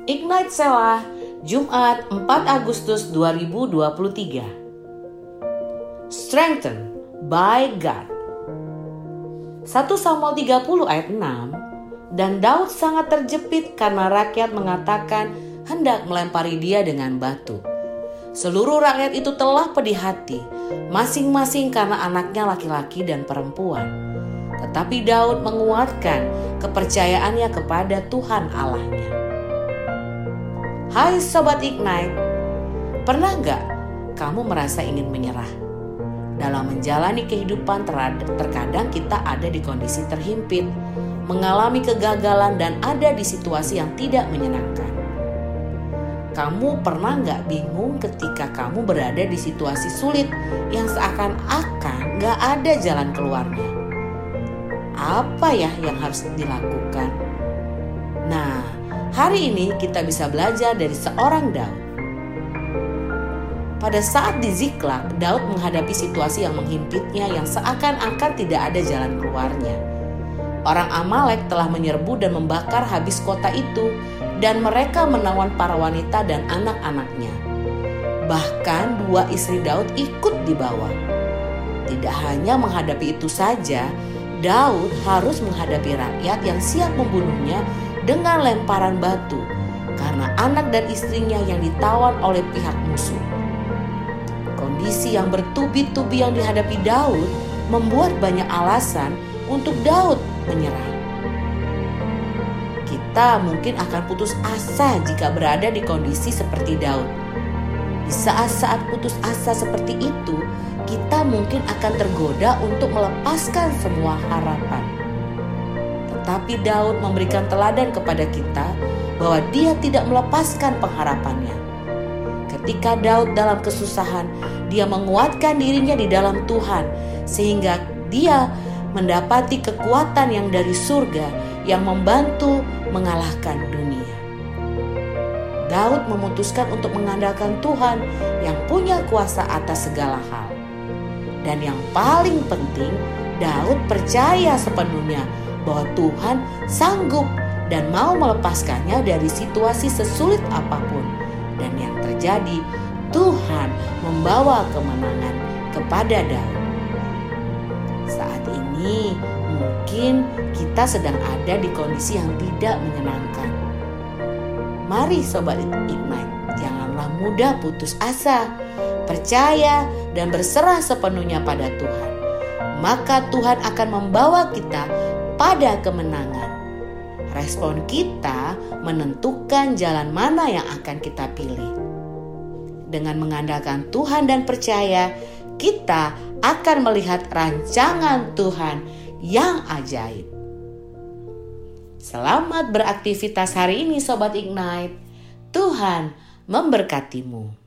Ignite Selah, Jumat 4 Agustus 2023. Strengthened by God. 1 Samuel 30 ayat 6. Dan Daud sangat terjepit karena rakyat mengatakan hendak melempari dia dengan batu. Seluruh rakyat itu telah pedih hati, masing-masing karena anaknya laki-laki dan perempuan. Tetapi Daud menguatkan kepercayaannya kepada Tuhan Allahnya. Hai Sobat Ignite, pernah gak kamu merasa ingin menyerah? Dalam menjalani kehidupan terkadang kita ada di kondisi terhimpit, mengalami kegagalan dan ada di situasi yang tidak menyenangkan. Kamu pernah gak bingung ketika kamu berada di situasi sulit yang seakan-akan gak ada jalan keluarnya? Apa ya yang harus dilakukan? Nah, hari ini kita bisa belajar dari seorang Daud. Pada saat di Ziklag, Daud menghadapi situasi yang menghimpitnya yang seakan-akan tidak ada jalan keluarnya. Orang Amalek telah menyerbu dan membakar habis kota itu, dan mereka menawan para wanita dan anak-anaknya. Bahkan 2 istri Daud ikut dibawa. Tidak hanya menghadapi itu saja, Daud harus menghadapi rakyat yang siap membunuhnya dengan lemparan batu karena anak dan istrinya yang ditawan oleh pihak musuh. Kondisi yang bertubi-tubi yang dihadapi Daud membuat banyak alasan untuk Daud menyerah. Kita mungkin akan putus asa jika berada di kondisi seperti Daud. Di saat-saat putus asa seperti itu, kita mungkin akan tergoda untuk melepaskan semua harapan. Tetapi Daud memberikan teladan kepada kita bahwa dia tidak melepaskan pengharapannya. Ketika Daud dalam kesusahan, dia menguatkan dirinya di dalam Tuhan sehingga dia mendapati kekuatan yang dari surga yang membantu mengalahkan dunia. Daud memutuskan untuk mengandalkan Tuhan yang punya kuasa atas segala hal. Dan yang paling penting, Daud percaya sepenuhnya bahwa Tuhan sanggup dan mau melepaskannya dari situasi sesulit apapun. Dan yang terjadi, Tuhan membawa kemenangan kepada Daud. Saat ini mungkin kita sedang ada di kondisi yang tidak menyenangkan. Mari Sobat Ignite, janganlah mudah putus asa. Percaya dan berserah sepenuhnya pada Tuhan. Maka Tuhan akan membawa kita pada kemenangan. Respon kita menentukan jalan mana yang akan kita pilih. Dengan mengandalkan Tuhan dan percaya, kita akan melihat rancangan Tuhan yang ajaib. Selamat beraktivitas hari ini Sobat Ignite. Tuhan memberkatimu.